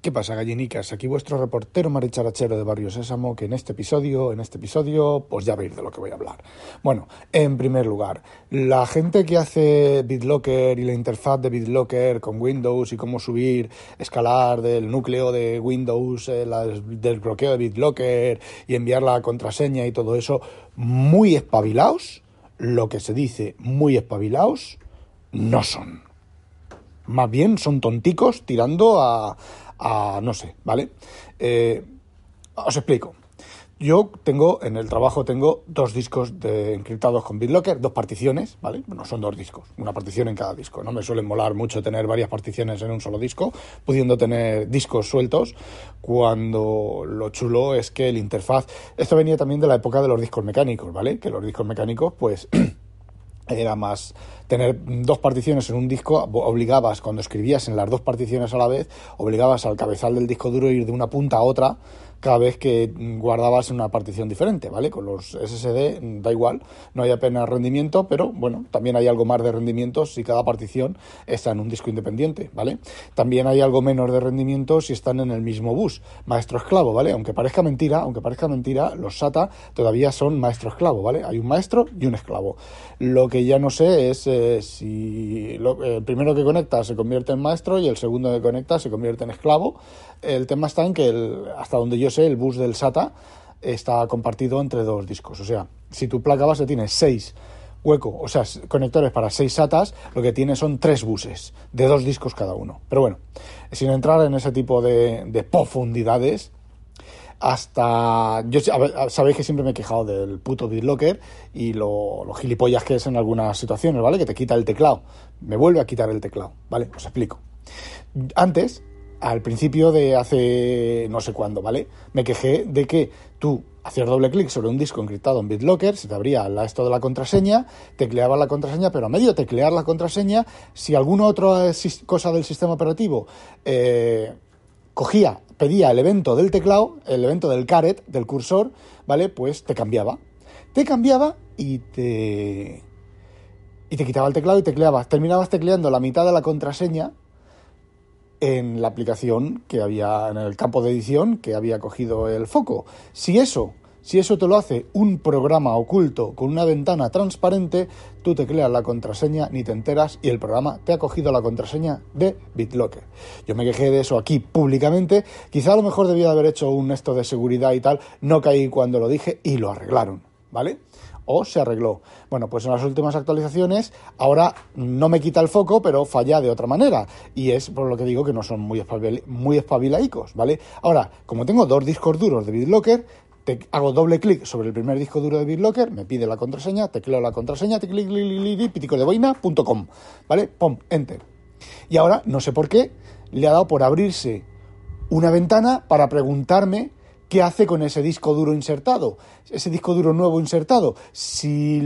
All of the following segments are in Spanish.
¿Qué pasa, gallinicas? Aquí vuestro reportero maricharachero de Barrio Sésamo, que en este episodio, pues ya veis de lo que voy a hablar. Bueno, en primer lugar, la gente que hace BitLocker y la interfaz de BitLocker con Windows y cómo subir, escalar del núcleo de Windows, del bloqueo de BitLocker y enviar la contraseña y todo eso, muy espabilaos, lo que se dice muy espabilaos, no son. Más bien son tonticos tirando a no sé, ¿vale? Os explico. Yo en el trabajo tengo 2 discos encriptados con BitLocker, 2 particiones, ¿vale? Bueno, son 2 discos, una partición en cada disco. No me suele molar mucho tener varias particiones en un solo disco, pudiendo tener discos sueltos, cuando lo chulo es que el interfaz... Esto venía también de la época de los discos mecánicos, ¿vale? Que los discos mecánicos, pues... era más tener 2 particiones en un disco, obligabas, cuando escribías en las 2 particiones a la vez, obligabas al cabezal del disco duro a ir de una punta a otra cada vez que guardabas en una partición diferente, ¿vale? Con los SSD da igual, no hay apenas rendimiento, pero bueno, también hay algo más de rendimiento si cada partición está en un disco independiente, ¿vale? También hay algo menos de rendimiento si están en el mismo bus, maestro-esclavo, ¿vale? Aunque parezca mentira, los SATA todavía son maestro-esclavo, ¿vale? Hay un maestro y un esclavo. Lo que ya no sé es si el primero que conecta se convierte en maestro y el segundo que conecta se convierte en esclavo. El tema está en que, hasta donde yo sé, el bus del SATA está compartido entre 2 discos. O sea, si tu placa base tiene 6 conectores para 6 SATAs, lo que tiene son 3 buses de 2 discos cada uno. Pero bueno, sin entrar en ese tipo de profundidades, sabéis que siempre me he quejado del puto BitLocker y lo gilipollas que es en algunas situaciones, ¿vale? Que te quita el teclado, me vuelve a quitar el teclado, ¿vale? Os explico. Antes, al principio de hace no sé cuándo, ¿vale? Me quejé de que tú hacías doble clic sobre un disco encriptado en BitLocker, se te abría esto de la contraseña, tecleabas la contraseña, pero a medio teclear la contraseña, si alguna otra cosa del sistema operativo pedía el evento del teclado, el evento del caret, del cursor, ¿vale? Pues te cambiaba. Y te quitaba el teclado y terminabas tecleando la mitad de la contraseña en la aplicación que había, en el campo de edición que había cogido el foco. Si eso te lo hace un programa oculto con una ventana transparente, tú tecleas la contraseña, ni te enteras y el programa te ha cogido la contraseña de BitLocker. Yo me quejé de eso aquí públicamente, quizá a lo mejor debía de haber hecho un esto de seguridad y tal, no caí cuando lo dije y lo arreglaron, ¿vale? O se arregló. Bueno, pues en las últimas actualizaciones ahora no me quita el foco, pero falla de otra manera. Y es por lo que digo que no son muy espabilaicos, ¿vale? Ahora, como tengo 2 discos duros de BitLocker, hago doble clic sobre el primer disco duro de BitLocker, me pide la contraseña, tecleo la contraseña, piticodeboina.com, ¿vale? Pum, enter. Y ahora, no sé por qué, le ha dado por abrirse una ventana para preguntarme qué hace con ese disco duro insertado, ese disco duro nuevo insertado, si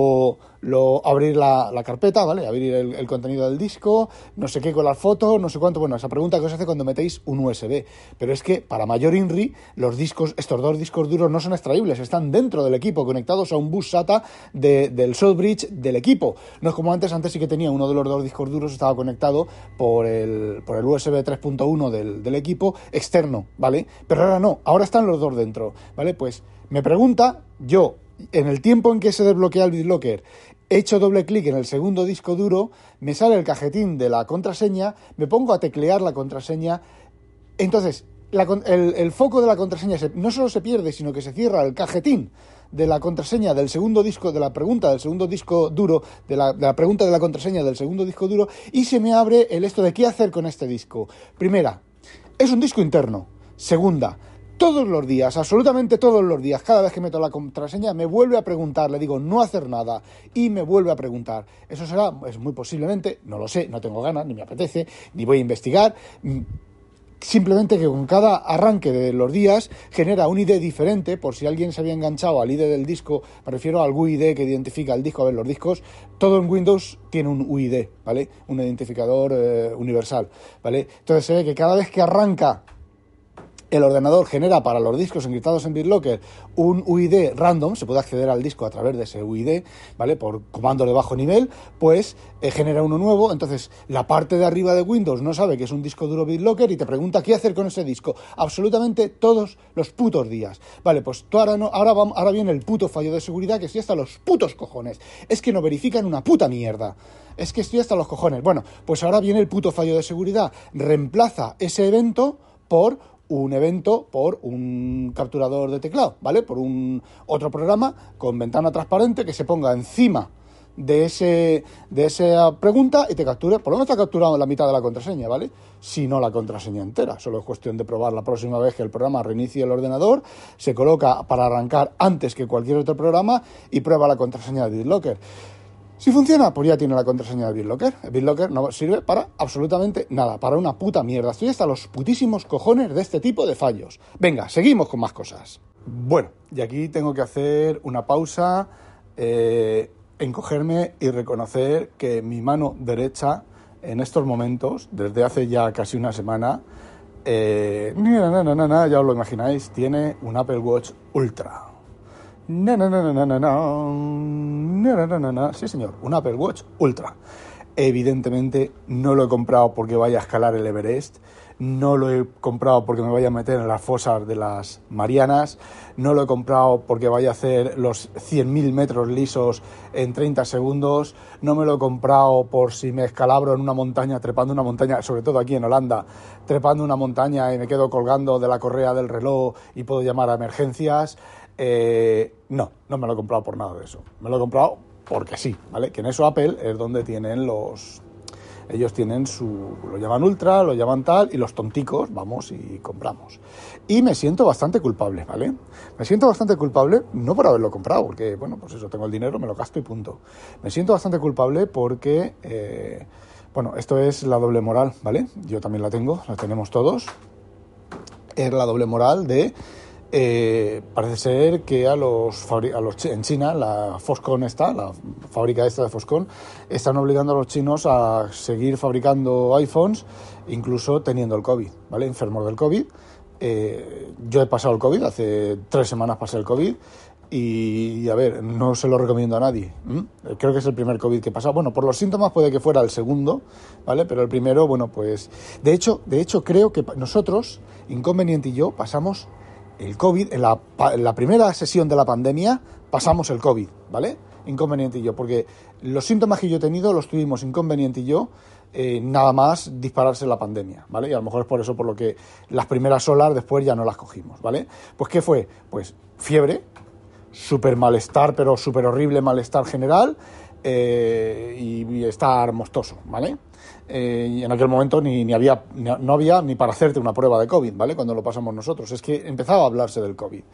abrir la carpeta, ¿vale? Abrir el contenido del disco, no sé qué con las fotos, no sé cuánto, bueno, esa pregunta que os hace cuando metéis un USB. Pero es que, para mayor INRI, estos 2 discos duros no son extraíbles, están dentro del equipo, conectados a un bus SATA del Sound Bridge del equipo. No es como antes sí que tenía uno de los 2 discos duros, estaba conectado por el USB 3.1 del equipo externo, ¿vale? Pero ahora no, ahora están los 2 dentro, ¿vale? Pues me pregunta, yo, en el tiempo en que se desbloquea el BitLocker, he hecho doble clic en el segundo disco duro, me sale el cajetín de la contraseña, me pongo a teclear la contraseña, entonces el foco de la contraseña no solo se pierde, sino que se cierra el cajetín de la contraseña del segundo disco, de la pregunta del segundo disco duro, de la pregunta de la contraseña del segundo disco duro, y se me abre el esto de qué hacer con este disco. Primera, es un disco interno. Segunda, todos los días, absolutamente todos los días, cada vez que meto la contraseña, me vuelve a preguntar, le digo no hacer nada, y me vuelve a preguntar. Eso es muy posiblemente, no lo sé, no tengo ganas, ni me apetece, ni voy a investigar. Simplemente que con cada arranque de los días genera un ID diferente, por si alguien se había enganchado al ID del disco, me refiero al UID que identifica el disco. A ver, los discos, todo en Windows tiene un UID, ¿vale? Un identificador universal, ¿vale? Entonces se ve que cada vez que arranca El ordenador genera para los discos encriptados en BitLocker un UID random, se puede acceder al disco a través de ese UID, ¿vale? Por comando de bajo nivel, pues genera uno nuevo. Entonces la parte de arriba de Windows no sabe que es un disco duro BitLocker y te pregunta qué hacer con ese disco absolutamente todos los putos días. Vale, pues tú ahora viene el puto fallo de seguridad, que estoy hasta los putos cojones. Es que no verifican una puta mierda. Es que estoy hasta los cojones. Bueno, pues ahora viene el puto fallo de seguridad. Reemplaza ese evento por un capturador de teclado, ¿vale? Por un otro programa con ventana transparente que se ponga encima de esa pregunta y te capture, por lo menos te ha capturado la mitad de la contraseña, ¿vale? Si no la contraseña entera, solo es cuestión de probar la próxima vez que el programa reinicie el ordenador, se coloca para arrancar antes que cualquier otro programa y prueba la contraseña de BitLocker. Si funciona, pues ya tiene la contraseña de BitLocker. El BitLocker no sirve para absolutamente nada, para una puta mierda. Estoy hasta los putísimos cojones de este tipo de fallos. Venga, seguimos con más cosas. Bueno, y aquí tengo que hacer una pausa, encogerme y reconocer que mi mano derecha, en estos momentos, desde hace ya casi una semana, ya os lo imagináis, tiene un Apple Watch Ultra. Sí, señor, un Apple Watch Ultra. Evidentemente no lo he comprado porque vaya a escalar el Everest, no lo he comprado porque me vaya a meter en las fosas de las Marianas, no lo he comprado porque vaya a hacer los 100.000 metros lisos en 30 segundos, no me lo he comprado por si me escalabro en una montaña, trepando una montaña, sobre todo aquí en Holanda, trepando una montaña y me quedo colgando de la correa del reloj y puedo llamar a emergencias. No me lo he comprado por nada de eso. Me lo he comprado porque sí, ¿vale? Que en eso Apple es donde tienen ellos tienen lo llaman Ultra, lo llaman tal, y los tonticos vamos y compramos. Y me siento bastante culpable, ¿vale? Me siento bastante culpable, no por haberlo comprado, porque, bueno, pues eso, tengo el dinero, me lo gasto y punto. Me siento bastante culpable porque, esto es la doble moral, ¿vale? Yo también la tengo, la tenemos todos. Es la doble moral de... parece ser que en China, la Foxconn la fábrica esta de Foxconn, están obligando a los chinos a seguir fabricando iPhones, incluso teniendo el COVID, ¿vale? Enfermos del COVID. Yo he pasado el COVID, hace 3 semanas pasé el COVID, y a ver, no se lo recomiendo a nadie. Creo que es el primer COVID que he pasado. Bueno, por los síntomas puede que fuera el segundo, ¿vale? Pero el primero, bueno, pues... De hecho creo que nosotros, Inconveniente y yo, pasamos... el COVID, en la primera sesión de la pandemia, pasamos el COVID, ¿vale? Inconveniente y yo, porque los síntomas que yo he tenido los tuvimos Inconveniente y yo, nada más dispararse la pandemia, ¿vale? Y a lo mejor es por eso por lo que las primeras olas después ya no las cogimos, ¿vale? Pues ¿qué fue? Pues fiebre, súper malestar, pero súper horrible malestar general, y estar mostoso, ¿vale? Y en aquel momento no había ni para hacerte una prueba de COVID, ¿vale? Cuando lo pasamos nosotros, es que empezaba a hablarse del COVID.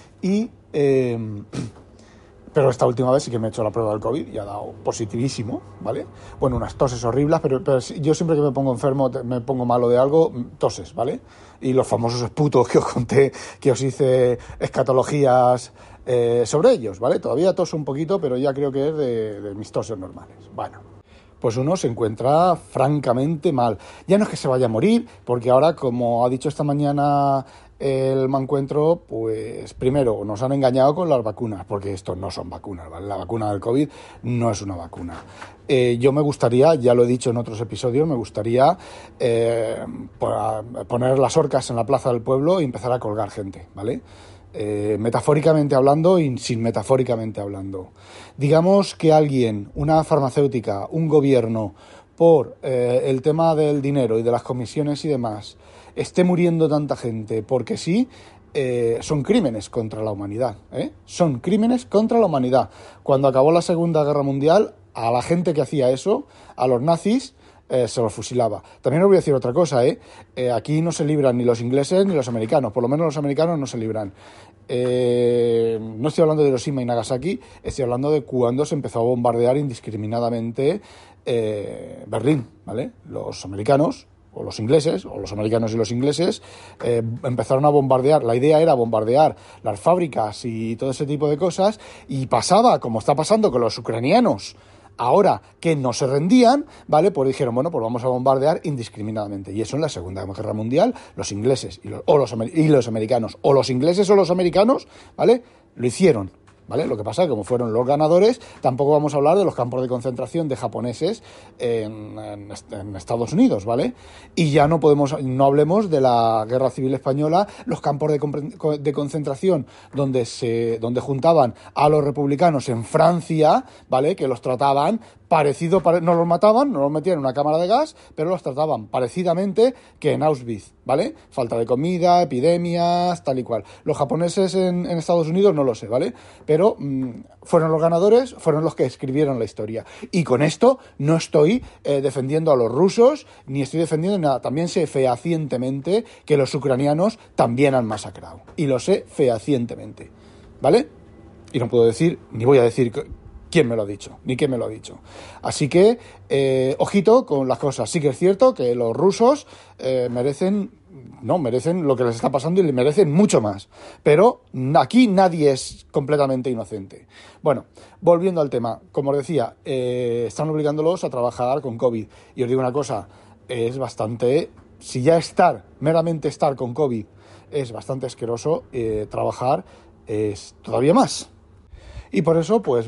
Pero esta última vez sí que me he hecho la prueba del COVID y ha dado positivísimo, ¿vale? Bueno, unas toses horribles, pero yo siempre que me pongo enfermo, me pongo malo de algo, toses, ¿vale? Y los famosos esputos que os conté, que os hice escatologías sobre ellos, ¿vale? Todavía toso un poquito, pero ya creo que es de mis toses normales. Bueno, pues uno se encuentra francamente mal. Ya no es que se vaya a morir, porque ahora, como ha dicho esta mañana el Mancuentro, pues primero nos han engañado con las vacunas, porque estos no son vacunas, ¿vale? La vacuna del COVID no es una vacuna. Yo me gustaría, ya lo he dicho en otros episodios, me gustaría poner las orcas en la plaza del pueblo y empezar a colgar gente, ¿vale? Metafóricamente hablando y sin metafóricamente hablando. Digamos que alguien, una farmacéutica, un gobierno, por el tema del dinero y de las comisiones y demás, esté muriendo tanta gente porque sí, son crímenes contra la humanidad, son crímenes contra la humanidad. Cuando acabó la Segunda Guerra Mundial, a la gente que hacía eso, a los nazis, se los fusilaba. También os voy a decir otra cosa, aquí no se libran ni los ingleses ni los americanos, por lo menos los americanos no se libran. No estoy hablando de Hiroshima y Nagasaki, estoy hablando de cuando se empezó a bombardear indiscriminadamente Berlín, ¿vale? Los americanos o los ingleses, o los americanos y los ingleses, empezaron a bombardear. La idea era bombardear las fábricas y todo ese tipo de cosas, y pasaba, como está pasando con los ucranianos, Ahora que no se rendían, ¿vale? Pues dijeron, bueno, pues vamos a bombardear indiscriminadamente. Y eso en la Segunda Guerra Mundial, los ingleses y los americanos, o los ingleses o los americanos, ¿vale? Lo hicieron. ¿Vale? Lo que pasa es que como fueron los ganadores, tampoco vamos a hablar de los campos de concentración de japoneses en Estados Unidos, ¿vale? Y ya no hablemos de la Guerra Civil Española, los campos de concentración donde juntaban a los republicanos en Francia, ¿vale? Que los trataban no los mataban, no los metían en una cámara de gas, pero los trataban parecidamente que en Auschwitz, ¿vale? Falta de comida, epidemias, tal y cual. Los japoneses en Estados Unidos no lo sé, ¿vale? Pero fueron los ganadores, fueron los que escribieron la historia. Y con esto no estoy defendiendo a los rusos, ni estoy defendiendo nada. También sé fehacientemente que los ucranianos también han masacrado. Y lo sé fehacientemente, ¿vale? Y no puedo decir, ni voy a decir quién me lo ha dicho, ni qué me lo ha dicho. Así que, ojito con las cosas. Sí que es cierto que los rusos merecen lo que les está pasando y le merecen mucho más. Pero aquí nadie es completamente inocente. Bueno, volviendo al tema, como os decía, están obligándolos a trabajar con COVID. Y os digo una cosa, es bastante... Si ya meramente estar con COVID es bastante asqueroso, trabajar es todavía más. Y por eso, pues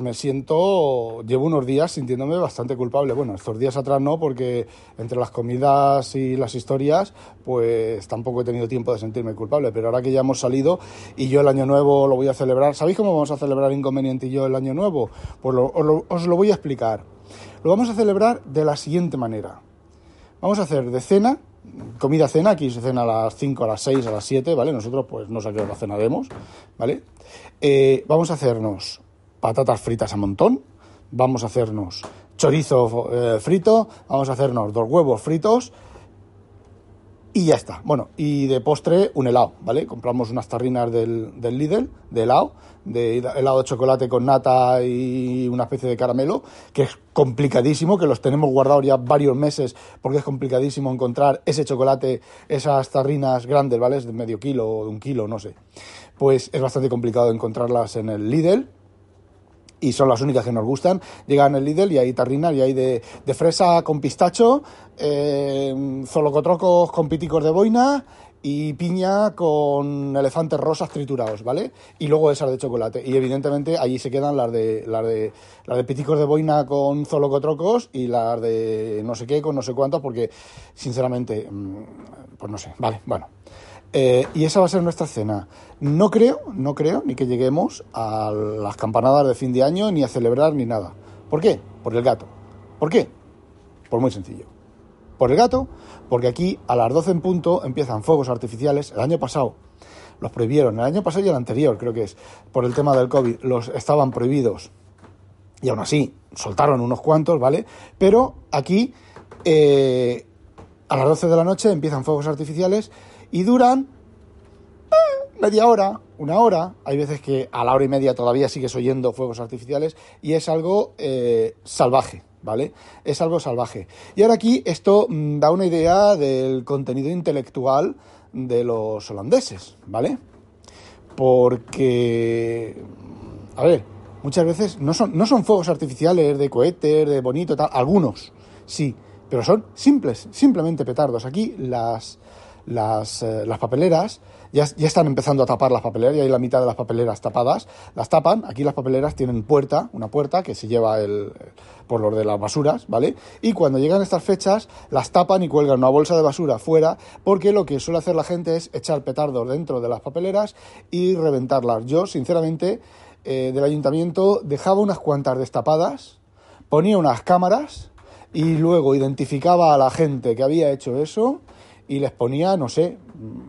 llevo unos días sintiéndome bastante culpable. Bueno, estos días atrás no, porque entre las comidas y las historias, pues tampoco he tenido tiempo de sentirme culpable. Pero ahora que ya hemos salido y yo el Año Nuevo lo voy a celebrar, ¿sabéis cómo vamos a celebrar Inconveniente y yo el Año Nuevo? Pues os lo voy a explicar. Lo vamos a celebrar de la siguiente manera. Vamos a hacer de cena, comida-cena, aquí se cena a las 5, a las 6, a las 7, ¿vale? Nosotros, pues no sé a qué hora cenaremos, ¿vale? Vamos a hacernos patatas fritas a montón, vamos a hacernos chorizo frito, vamos a hacernos 2 huevos fritos y ya está. Bueno, y de postre un helado, ¿vale? Compramos unas tarrinas del Lidl, de helado de chocolate con nata y una especie de caramelo, que es complicadísimo, que los tenemos guardados ya varios meses porque es complicadísimo encontrar ese chocolate, esas tarrinas grandes, ¿vale? Es de medio kilo o de 1 kilo, no sé. Pues es bastante complicado encontrarlas en el Lidl. Y son las únicas que nos gustan. Llegan el Lidl y hay tarrinas y hay de fresa con pistacho, zolocotrocos con piticos de boina y piña con elefantes rosas triturados, ¿vale? Y luego esas de chocolate. Y evidentemente allí se quedan las de piticos de boina con zolocotrocos y las de no sé qué con no sé cuántos, porque sinceramente, pues no sé, vale, bueno. Y esa va a ser nuestra cena. No creo ni que lleguemos a las campanadas de fin de año, ni a celebrar, ni nada. ¿Por qué? Por el gato. ¿Por qué? Pues muy sencillo. Por el gato, porque aquí a las 12 en punto empiezan fuegos artificiales. El año pasado los prohibieron, el año pasado y el anterior creo que es, por el tema del COVID, los estaban prohibidos. Y aún así, soltaron unos cuantos, ¿vale? Pero aquí, a las 12 de la noche empiezan fuegos artificiales y duran media hora, 1 hora. Hay veces que a la hora y media todavía sigues oyendo fuegos artificiales y es algo salvaje, ¿vale? Es algo salvaje. Y ahora aquí esto da una idea del contenido intelectual de los holandeses, ¿vale? Porque, a ver, muchas veces no son fuegos artificiales de cohetes, de bonito, tal, algunos sí, pero son simplemente petardos. Aquí las papeleras ya están empezando a tapar las papeleras, y hay la mitad de las papeleras tapadas, las tapan. Aquí las papeleras tienen una puerta que se lleva por los de las basuras, ¿vale? Y cuando llegan estas fechas las tapan y cuelgan una bolsa de basura fuera, porque lo que suele hacer la gente es echar petardos dentro de las papeleras y reventarlas. Yo, sinceramente, del ayuntamiento dejaba unas cuantas destapadas, ponía unas cámaras y luego identificaba a la gente que había hecho eso y les ponía, no sé,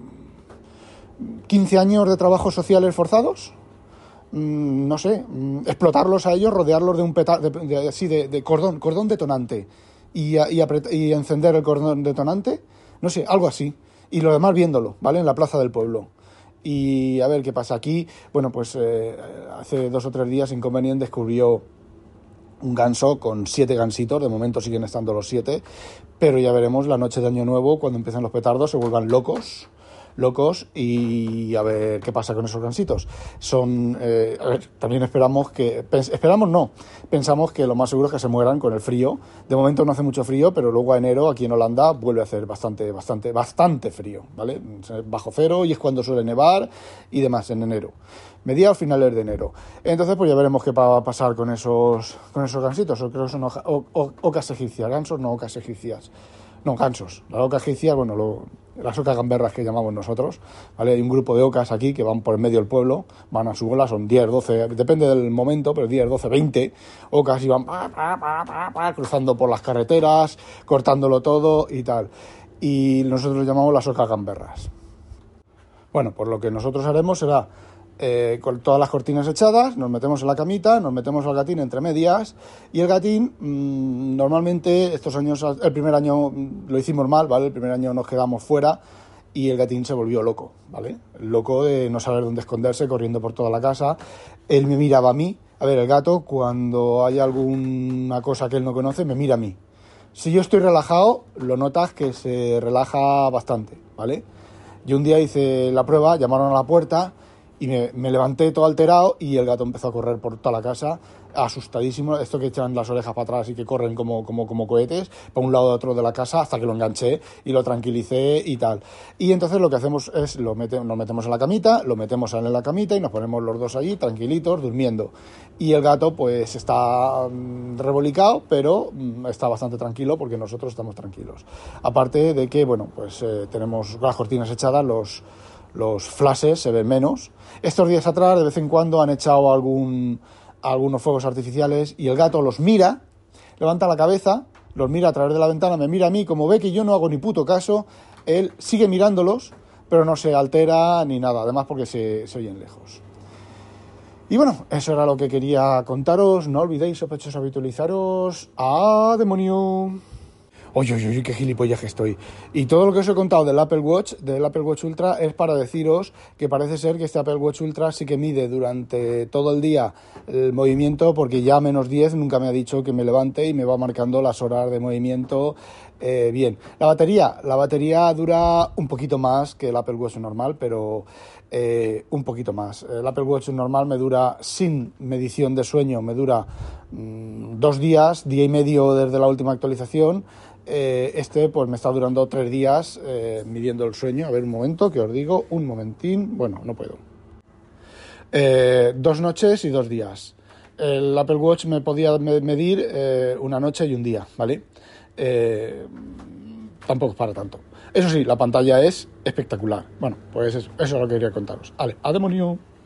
15 años de trabajos sociales forzados, no sé, explotarlos a ellos, rodearlos de un de cordón detonante y encender el cordón detonante, no sé, algo así, y lo demás viéndolo, ¿vale? En la plaza del pueblo. Y a ver qué pasa aquí. Bueno, pues hace 2 o 3 días Inconvenient descubrió un ganso con 7 gansitos. De momento siguen estando los 7, pero ya veremos la noche de Año Nuevo, cuando empiezan los petardos, se vuelvan locos locos y a ver qué pasa con esos gansitos. A ver, también pensamos que lo más seguro es que se mueran con el frío. De momento no hace mucho frío, pero luego a enero aquí en Holanda vuelve a hacer bastante frío, ¿vale? Bajo cero, y es cuando suele nevar y demás en enero. Mediados finales de enero. Entonces, pues ya veremos qué va a pasar con esos gansitos. Creo que son ocas egipcias. Gansos, no ocas egipcias. No, gansos. Las ocas egipcias, bueno, las ocas gamberras que llamamos nosotros, ¿vale? Hay un grupo de ocas aquí que van por el medio del pueblo, van a su bola, son 10, 12, depende del momento, pero 10, 12, 20 ocas y van cruzando por las carreteras, cortándolo todo y tal. Y nosotros llamamos las ocas gamberras. Bueno, pues lo que nosotros haremos será, con todas las cortinas echadas, nos metemos en la camita, nos metemos al gatín entre medias, y el gatín, normalmente estos años, el primer año lo hicimos mal, ¿vale? El primer año nos quedamos fuera y el gatín se volvió loco, ¿vale? Loco de no saber dónde esconderse, corriendo por toda la casa. Él me miraba a mí. A ver, el gato, cuando hay alguna cosa que él no conoce, me mira a mí. Si yo estoy relajado, lo notas que se relaja bastante, ¿vale? Yo un día hice la prueba, llamaron a la puerta y me levanté todo alterado y el gato empezó a correr por toda la casa, asustadísimo, esto que echan las orejas para atrás y que corren como cohetes, para un lado a otro de la casa, hasta que lo enganché y lo tranquilicé y tal. Y entonces lo que hacemos es, nos metemos en la camita, lo metemos a él en la camita y nos ponemos los dos allí, tranquilitos, durmiendo. Y el gato pues está revolicado, pero está bastante tranquilo porque nosotros estamos tranquilos. Aparte de que, bueno, pues tenemos las cortinas echadas, los flashes se ven menos. Estos días atrás, de vez en cuando, han echado algunos fuegos artificiales y el gato los mira, levanta la cabeza, los mira a través de la ventana, me mira a mí, como ve que yo no hago ni puto caso, él sigue mirándolos, pero no se altera ni nada, además porque se oyen lejos. Y bueno, eso era lo que quería contaros. No olvidéis, sospechosos, habitualizaros. ¡Ah, demonio! Oye, qué gilipollaje estoy. Y todo lo que os he contado del Apple Watch Ultra, es para deciros que parece ser que este Apple Watch Ultra sí que mide durante todo el día el movimiento, porque ya a -10 nunca me ha dicho que me levante y me va marcando las horas de movimiento. Bien, la batería dura un poquito más que el Apple Watch normal, pero un poquito más. El Apple Watch normal me dura, sin medición de sueño, me dura 2 días, día y medio desde la última actualización. Este pues me está durando 3 días midiendo el sueño. A ver, un momento, que os digo, un momentín. Bueno, no puedo. 2 noches y 2 días. El Apple Watch me podía medir una noche y un día, ¿vale? Tampoco es para tanto. Eso sí, la pantalla es espectacular. Bueno, pues eso es lo que quería contaros. Vale, ¡a demonio!